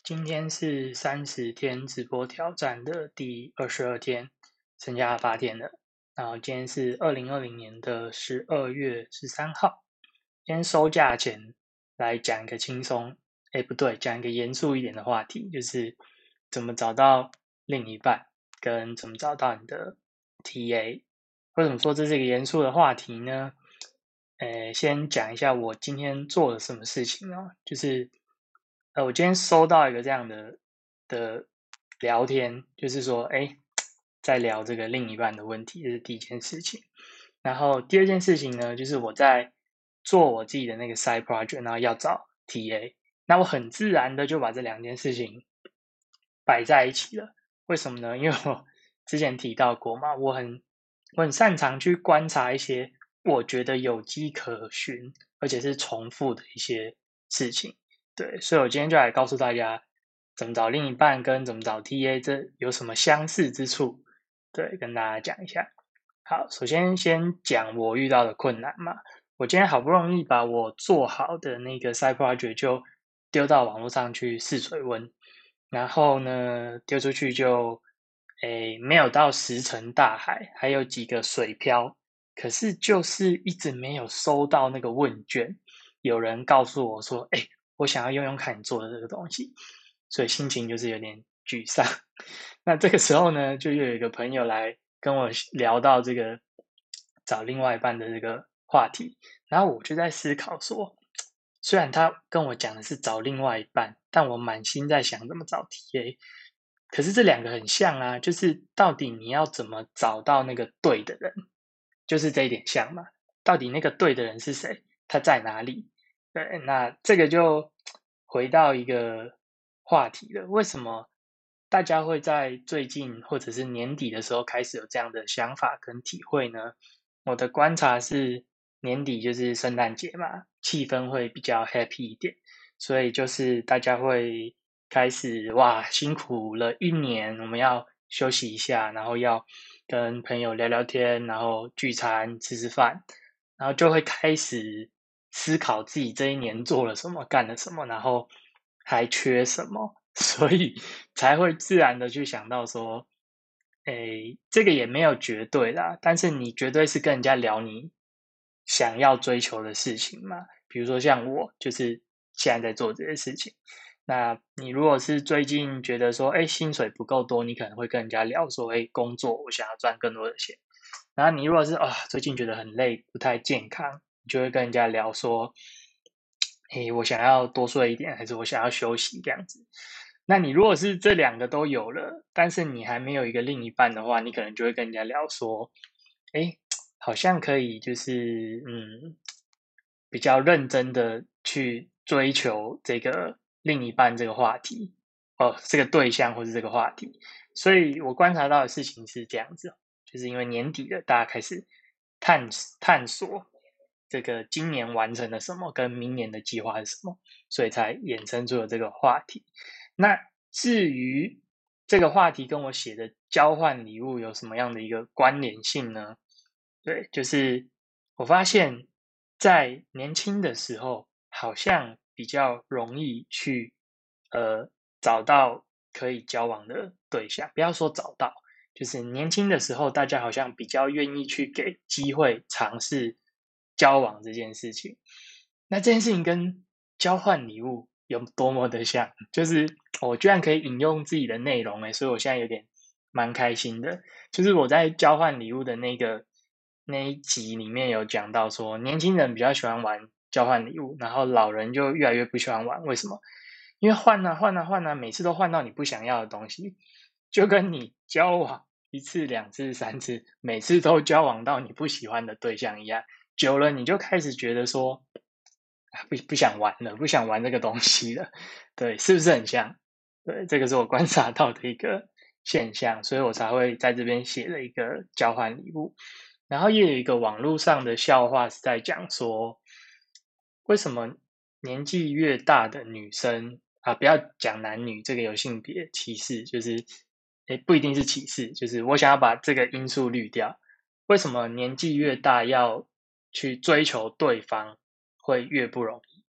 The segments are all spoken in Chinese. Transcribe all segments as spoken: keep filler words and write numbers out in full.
今天是三十天直播挑战的第二十二天，剩下八天了。然后今天是二零二零年的十二月十三号。今天收假前来讲一个轻松，哎不对，讲一个严肃一点的话题，就是怎么找到另一半，跟怎么找到你的 T A。为什么说这是一个严肃的话题呢？呃，先讲一下我今天做了什么事情哦，就是呃，我今天收到一个这样的的聊天，就是说，哎，在聊这个另一半的问题，这是第一件事情。然后第二件事情呢，就是我在做我自己的那个 side project，然后要找 T A，那我很自然的就把这两件事情摆在一起了。为什么呢？因为我之前提到过嘛，我很我很擅长去观察一些我觉得有迹可循，而且是重复的一些事情。对，所以我今天就来告诉大家，怎么找另一半跟怎么找 T A，这有什么相似之处？对，跟大家讲一下。好，首先先讲我遇到的困难嘛。我今天好不容易把我做好的那个 side project 就丢到网络上去试水温，然后呢，丢出去就，诶，没有到石沉大海，还有几个水漂，可是就是一直没有收到那个问卷，有人告诉我说，诶，我想要用用看你做的这个东西，所以心情就是有点沮丧。那这个时候呢，就又有一个朋友来跟我聊到这个找另外一半的这个话题，然后我就在思考说，虽然他跟我讲的是找另外一半，但我满心在想怎么找 T A。可是这两个很像啊，就是到底你要怎么找到那个对的人，就是这一点像嘛。到底那个对的人是谁？他在哪里？对，那这个就回到一个话题了。为什么大家会在最近或者是年底的时候开始有这样的想法跟体会呢？我的观察是，年底就是圣诞节嘛，气氛会比较 happy 一点，所以就是大家会开始哇，辛苦了一年，我们要休息一下，然后要跟朋友聊聊天，然后聚餐吃吃饭，然后就会开始思考自己这一年做了什么，干了什么，然后还缺什么，所以才会自然的去想到说，诶，这个也没有绝对啦，但是你绝对是跟人家聊你想要追求的事情嘛。比如说像我，就是现在在做这些事情。那你如果是最近觉得说，哎，薪水不够多，你可能会跟人家聊说，哎，工作我想要赚更多的钱。然后你如果是啊，最近觉得很累，不太健康，你就会跟人家聊说，诶，我想要多睡一点，还是我想要休息这样子。那你如果是这两个都有了，但是你还没有一个另一半的话，你可能就会跟人家聊说，诶，好像可以就是嗯，比较认真的去追求这个另一半这个话题，哦，这个对象或是这个话题。所以我观察到的事情是这样子，就是因为年底了，大家开始探探索这个今年完成了什么，跟明年的计划是什么，所以才衍生出了这个话题。那至于这个话题跟我写的交换礼物有什么样的一个关联性呢？对，就是我发现，在年轻的时候，好像比较容易去呃找到可以交往的对象。不要说找到，就是年轻的时候，大家好像比较愿意去给机会尝试交往这件事情。那这件事情跟交换礼物有多么的像，就是我居然可以引用自己的内容诶，所以我现在有点蛮开心的。就是我在交换礼物的那个那一集里面有讲到说，年轻人比较喜欢玩交换礼物，然后老人就越来越不喜欢玩。为什么？因为换啊换啊换啊，每次都换到你不想要的东西，就跟你交往一次、两次、三次，每次都交往到你不喜欢的对象一样，久了你就开始觉得说，啊不不想玩了，不想玩这个东西了，对，是不是很像？对，这个是我观察到的一个现象，所以我才会在这边写了一个交换礼物。然后也有一个网络上的笑话是在讲说，为什么年纪越大的女生啊，不要讲男女，这个有性别歧视，就是诶不一定是歧视，就是我想要把这个因素滤掉。为什么年纪越大要去追求对方会越不容易？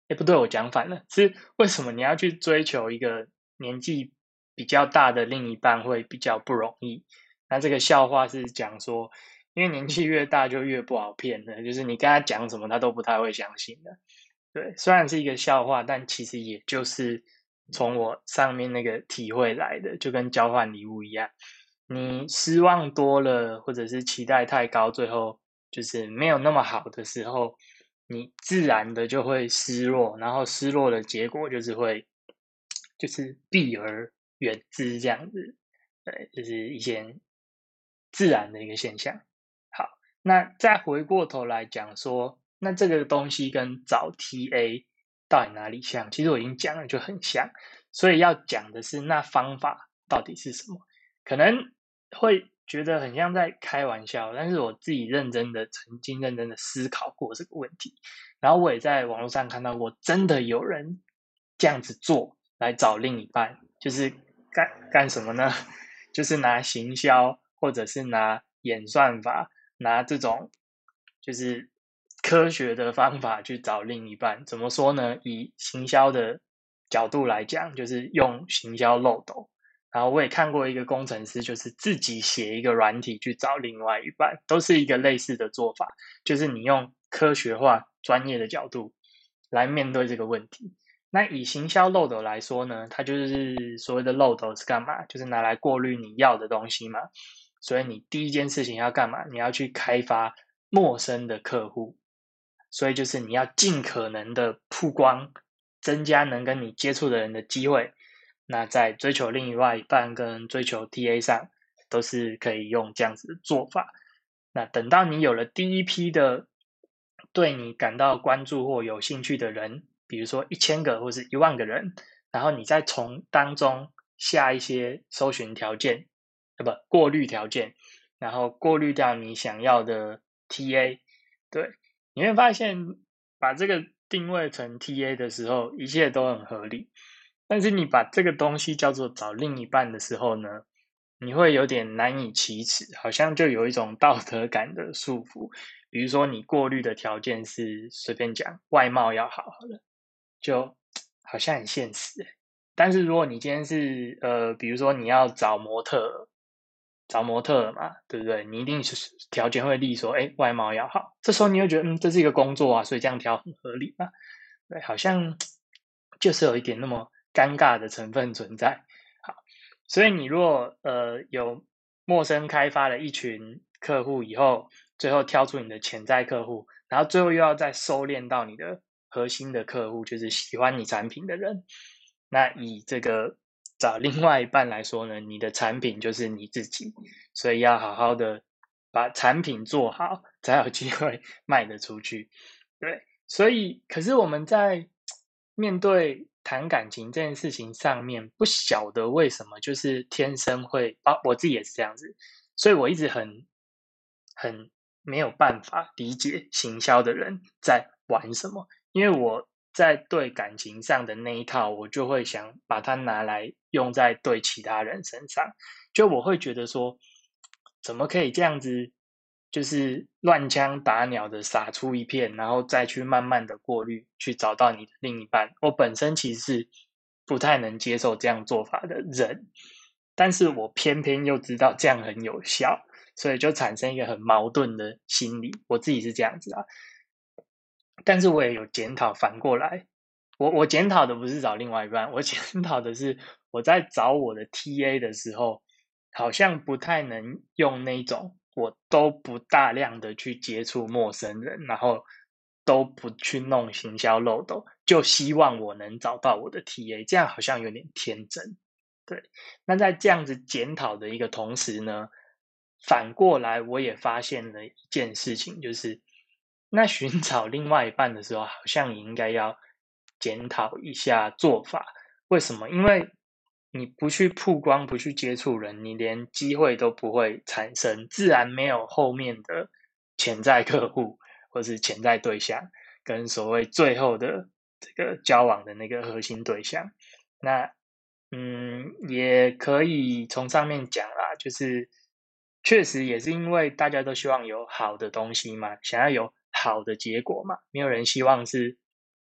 诶，不对，我讲反了，是为什么你要去追求一个年纪比较大的另一半会比较不容易？那这个笑话是讲说，因为年纪越大就越不好骗的，就是你跟他讲什么，他都不太会相信的。对，虽然是一个笑话，但其实也就是从我上面那个体会来的，就跟交换礼物一样。你失望多了，或者是期待太高，最后就是没有那么好的时候，你自然的就会失落，然后失落的结果就是会就是避而远之这样子。对，就是一些自然的一个现象。好，那再回过头来讲说，那这个东西跟找 T A 到底哪里像？其实我已经讲了，就很像。所以要讲的是，那方法到底是什么？可能会觉得很像在开玩笑，但是我自己认真的、曾经认真的思考过这个问题。然后我也在网络上看到过，真的有人这样子做来找另一半，就是干干什么呢？就是拿行销，或者是拿演算法，拿这种就是科学的方法去找另一半。怎么说呢？以行销的角度来讲，就是用行销漏斗。然后我也看过一个工程师，就是自己写一个软体去找另外一半，都是一个类似的做法，就是你用科学化、专业的角度来面对这个问题。那以行销漏斗来说呢，它就是所谓的漏斗是干嘛？就是拿来过滤你要的东西嘛。所以你第一件事情要干嘛？你要去开发陌生的客户。所以就是你要尽可能的曝光，增加能跟你接触的人的机会。那在追求另外一半跟追求 T A 上，都是可以用这样子的做法。那等到你有了第一批的对你感到关注或有兴趣的人，比如说一千个或是一万个人，然后你再从当中下一些搜寻条件，呃，不，过滤条件，然后过滤掉你想要的 T A。对，你会发现把这个定位成 T A 的时候，一切都很合理。但是你把这个东西叫做找另一半的时候呢，你会有点难以启齿，好像就有一种道德感的束缚。比如说你过滤的条件是随便讲外貌要好好了，就好像很现实欸。但是如果你今天是呃，比如说你要找模特找模特嘛，对不对？你一定是条件会立说，哎，外貌要好。这时候你会觉得，嗯，这是一个工作啊，所以这样挑很合理嘛。对，好像就是有一点那么尴尬的成分存在。好，所以你如果呃有陌生开发了一群客户以后，最后挑出你的潜在客户，然后最后又要再收敛到你的核心的客户，就是喜欢你产品的人。那以这个找另外一半来说呢，你的产品就是你自己，所以要好好的把产品做好，才有机会卖得出去。对，所以可是我们在面对谈感情这件事情上面，不晓得为什么就是天生会啊，我自己也是这样子，所以我一直很很没有办法理解行销的人在玩什么，因为我在对感情上的那一套，我就会想把它拿来用在对其他人身上，就我会觉得说，怎么可以这样子，就是乱枪打鸟的撒出一片，然后再去慢慢的过滤，去找到你的另一半。我本身其实是不太能接受这样做法的人，但是我偏偏又知道这样很有效，所以就产生一个很矛盾的心理。我自己是这样子啊，但是我也有检讨，反过来，我我检讨的不是找另外一半，我检讨的是我在找我的 T A 的时候，好像不太能用那种我都不大量的去接触陌生人，然后都不去弄行销漏斗，就希望我能找到我的 T A，这样好像有点天真。对，那在这样子检讨的一个同时呢，反过来我也发现了一件事情，就是那寻找另外一半的时候，好像也应该要检讨一下做法。为什么？因为你不去曝光，不去接触人，你连机会都不会产生，自然没有后面的潜在客户或是潜在对象，跟所谓最后的这个交往的那个核心对象。那嗯，也可以从上面讲啦，就是确实也是因为大家都希望有好的东西嘛，想要有好的结果嘛，没有人希望是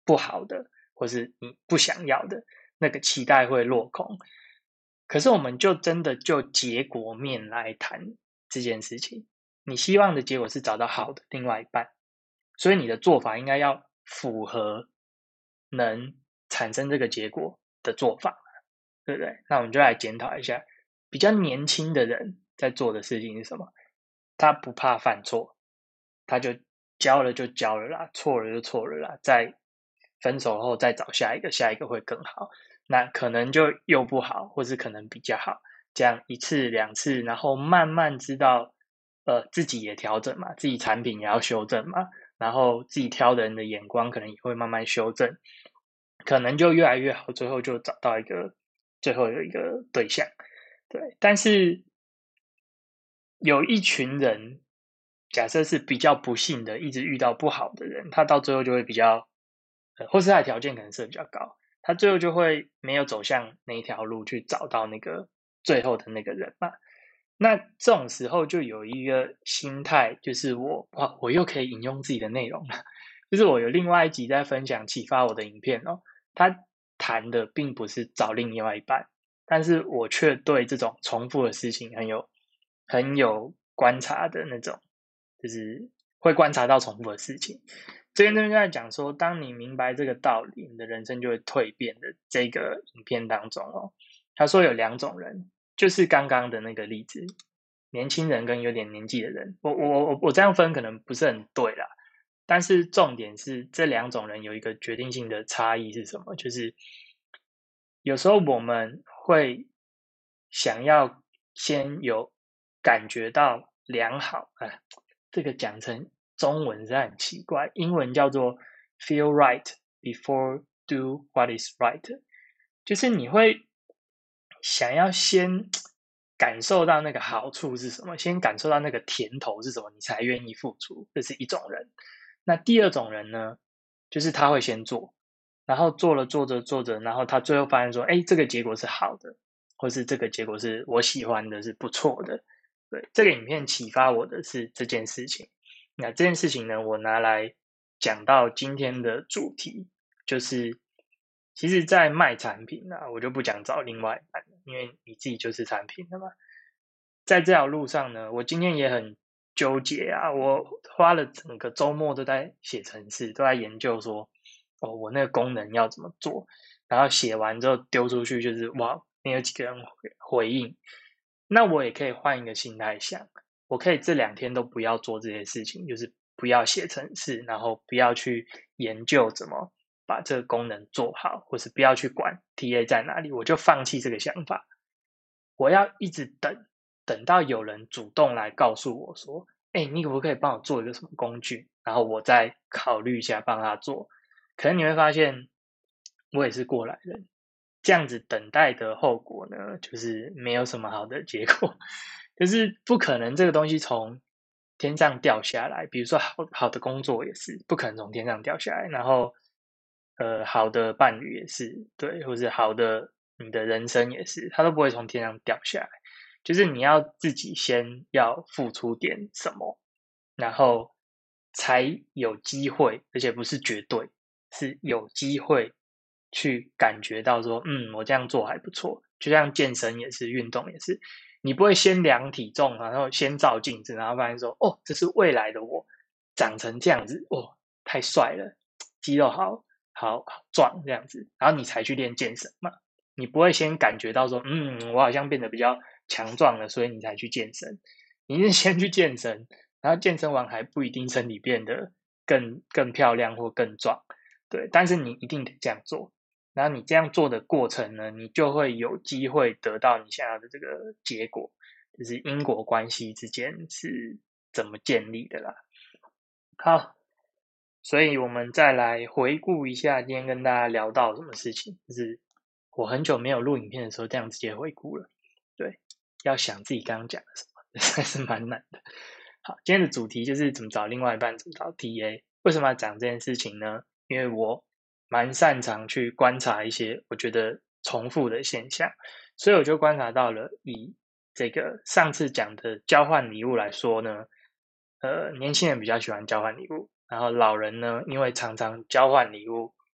不好的，或是你不想要的，那个期待会落空。可是我们就真的就结果面来谈这件事情，你希望的结果是找到好的另外一半，所以你的做法应该要符合能产生这个结果的做法，对不对？那我们就来检讨一下，比较年轻的人在做的事情是什么？他不怕犯错，他就交了就交了啦，错了就错了啦，在分手后再找下一个，下一个会更好。那可能就又不好，或是可能比较好，这样一次两次，然后慢慢知道，呃，自己也调整嘛，自己产品也要修正嘛，然后自己挑人的眼光可能也会慢慢修正，可能就越来越好，最后就找到一个，最后有一个对象，对。但是有一群人，假设是比较不幸的，一直遇到不好的人，他到最后就会比较，呃，或是他的条件可能是比较高，他最后就会没有走向那一条路去找到那个最后的那个人嘛。那这种时候就有一个心态，就是我哇，我又可以引用自己的内容了。就是我有另外一集在分享启发我的影片哦，他谈的并不是找另外一半，但是我却对这种重复的事情很有很有观察的那种，就是会观察到重复的事情。这边这边在讲说，当你明白这个道理，你的人生就会蜕变的。这个影片当中哦，他说有两种人，就是刚刚的那个例子，年轻人跟有点年纪的人。我我我我这样分可能不是很对啦，但是重点是这两种人有一个决定性的差异是什么？就是有时候我们会想要先有感觉到良好，哎，这个讲成中文是很奇怪，英文叫做 feel right before do what is right，就是你会想要先感受到那个好处是什么，先感受到那个甜头是什么，你才愿意付出，这是一种人。那第二种人呢，就是他会先做，然后做了做着做着，然后他最后发现说，哎，这个结果是好的，或是这个结果是我喜欢的，是不错的。对，这个影片启发我的是这件事情。那这件事情呢，我拿来讲到今天的主题，就是其实在卖产品啊，我就不讲找另外一半了，因为你自己就是产品了嘛。在这条路上呢，我今天也很纠结啊，我花了整个周末都在写程式，都在研究说，哦，我那个功能要怎么做，然后写完之后丢出去，就是哇，没有几个人回回应。那我也可以换一个心态想，我可以这两天都不要做这些事情，就是不要写程式，然后不要去研究怎么把这个功能做好，或是不要去管 T A 在哪里，我就放弃这个想法。我要一直等，等到有人主动来告诉我说：“哎，你可不可以帮我做一个什么工具？”然后我再考虑一下帮他做。可能你会发现，我也是过来人，这样子等待的后果呢，就是没有什么好的结果，就是不可能这个东西从天上掉下来。比如说好好的工作也是不可能从天上掉下来，然后呃好的伴侣也是对，或是好的你的人生也是，它都不会从天上掉下来。就是你要自己先要付出点什么，然后才有机会，而且不是绝对，是有机会去感觉到说，嗯，我这样做还不错。就像健身也是，运动也是，你不会先量体重，然后先照镜子，然后发现说，哦，这是未来的我长成这样子，哦，太帅了，肌肉好好好壮这样子，然后你才去练健身嘛。你不会先感觉到说，嗯，我好像变得比较强壮了，所以你才去健身。你是先去健身，然后健身完还不一定身体变得更更漂亮或更壮，对，但是你一定得这样做。然后你这样做的过程呢，你就会有机会得到你想要的这个结果，就是因果关系之间是怎么建立的啦。好，所以我们再来回顾一下今天跟大家聊到什么事情，就是我很久没有录影片的时候这样直接回顾了，对，要想自己刚刚讲的什么，实在是蛮难的。好，今天的主题就是怎么找另外一半，怎么找 T A。为什么要讲这件事情呢？因为我蛮擅长去观察一些我觉得重复的现象，所以我就观察到了，以这个上次讲的交换礼物来说呢，呃，年轻人比较喜欢交换礼物，然后老人呢，因为常常交换礼物，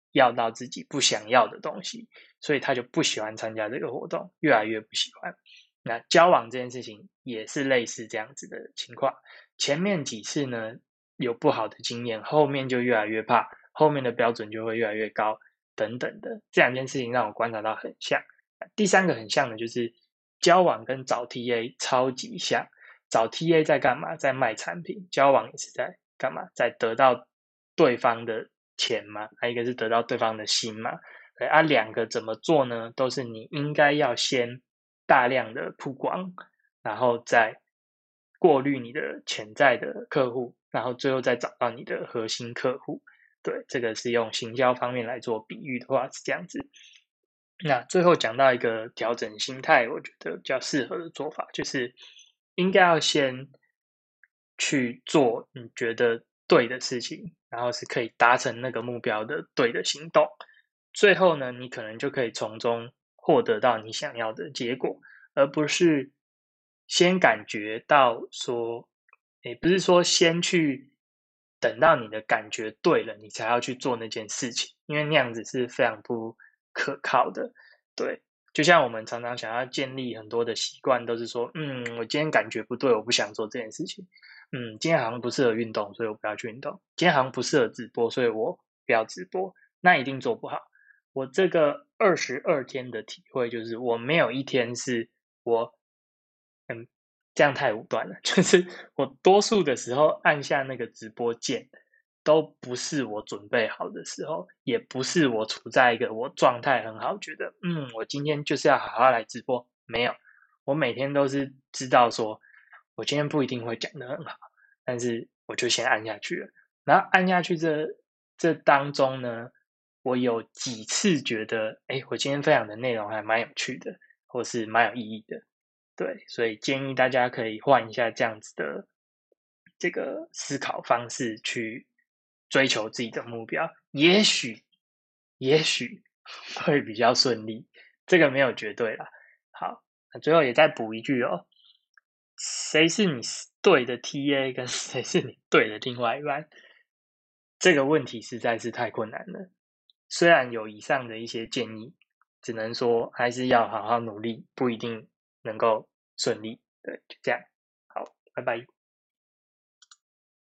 要到自己不想要的东西，所以他就不喜欢参加这个活动，越来越不喜欢。那交往这件事情也是类似这样子的情况，前面几次呢有不好的经验，后面就越来越怕，后面的标准就会越来越高，等等的，这两件事情让我观察到很像。第三个很像的就是交往跟找 T A 超级像，找 T A 在干嘛？在卖产品，交往也是在干嘛？在得到对方的钱嘛，还有一个是得到对方的心嘛。对啊，两个怎么做呢？都是你应该要先大量的曝光，然后再过滤你的潜在的客户，然后最后再找到你的核心客户。对，这个是用行销方面来做比喻的话是这样子。那最后讲到一个调整心态，我觉得比较适合的做法，就是应该要先去做你觉得对的事情，然后是可以达成那个目标的对的行动。最后呢，你可能就可以从中获得到你想要的结果，而不是先感觉到说，也不是说先去等到你的感觉对了，你才要去做那件事情，因为那样子是非常不可靠的。对，就像我们常常想要建立很多的习惯，都是说，嗯，我今天感觉不对，我不想做这件事情。嗯，今天好像不适合运动，所以我不要去运动。今天好像不适合直播，所以我不要直播，那一定做不好。我这个二十二天的体会就是，我没有一天是我，嗯，这样太武断了。就是我多数的时候按下那个直播键，都不是我准备好的时候，也不是我处在一个我状态很好，觉得嗯，我今天就是要好好来直播。没有，我每天都是知道说，我今天不一定会讲得很好，但是我就先按下去了。然后按下去这这当中呢，我有几次觉得，哎，我今天分享的内容还蛮有趣的，或是蛮有意义的。对，所以建议大家可以换一下这样子的这个思考方式去追求自己的目标，也许也许会比较顺利，这个没有绝对啦。好，那最后也再补一句哦，谁是你对的 T A，跟谁是你对的另外一半，这个问题实在是太困难了。虽然有以上的一些建议，只能说还是要好好努力，不一定能够顺利。对，就这样。好，拜拜。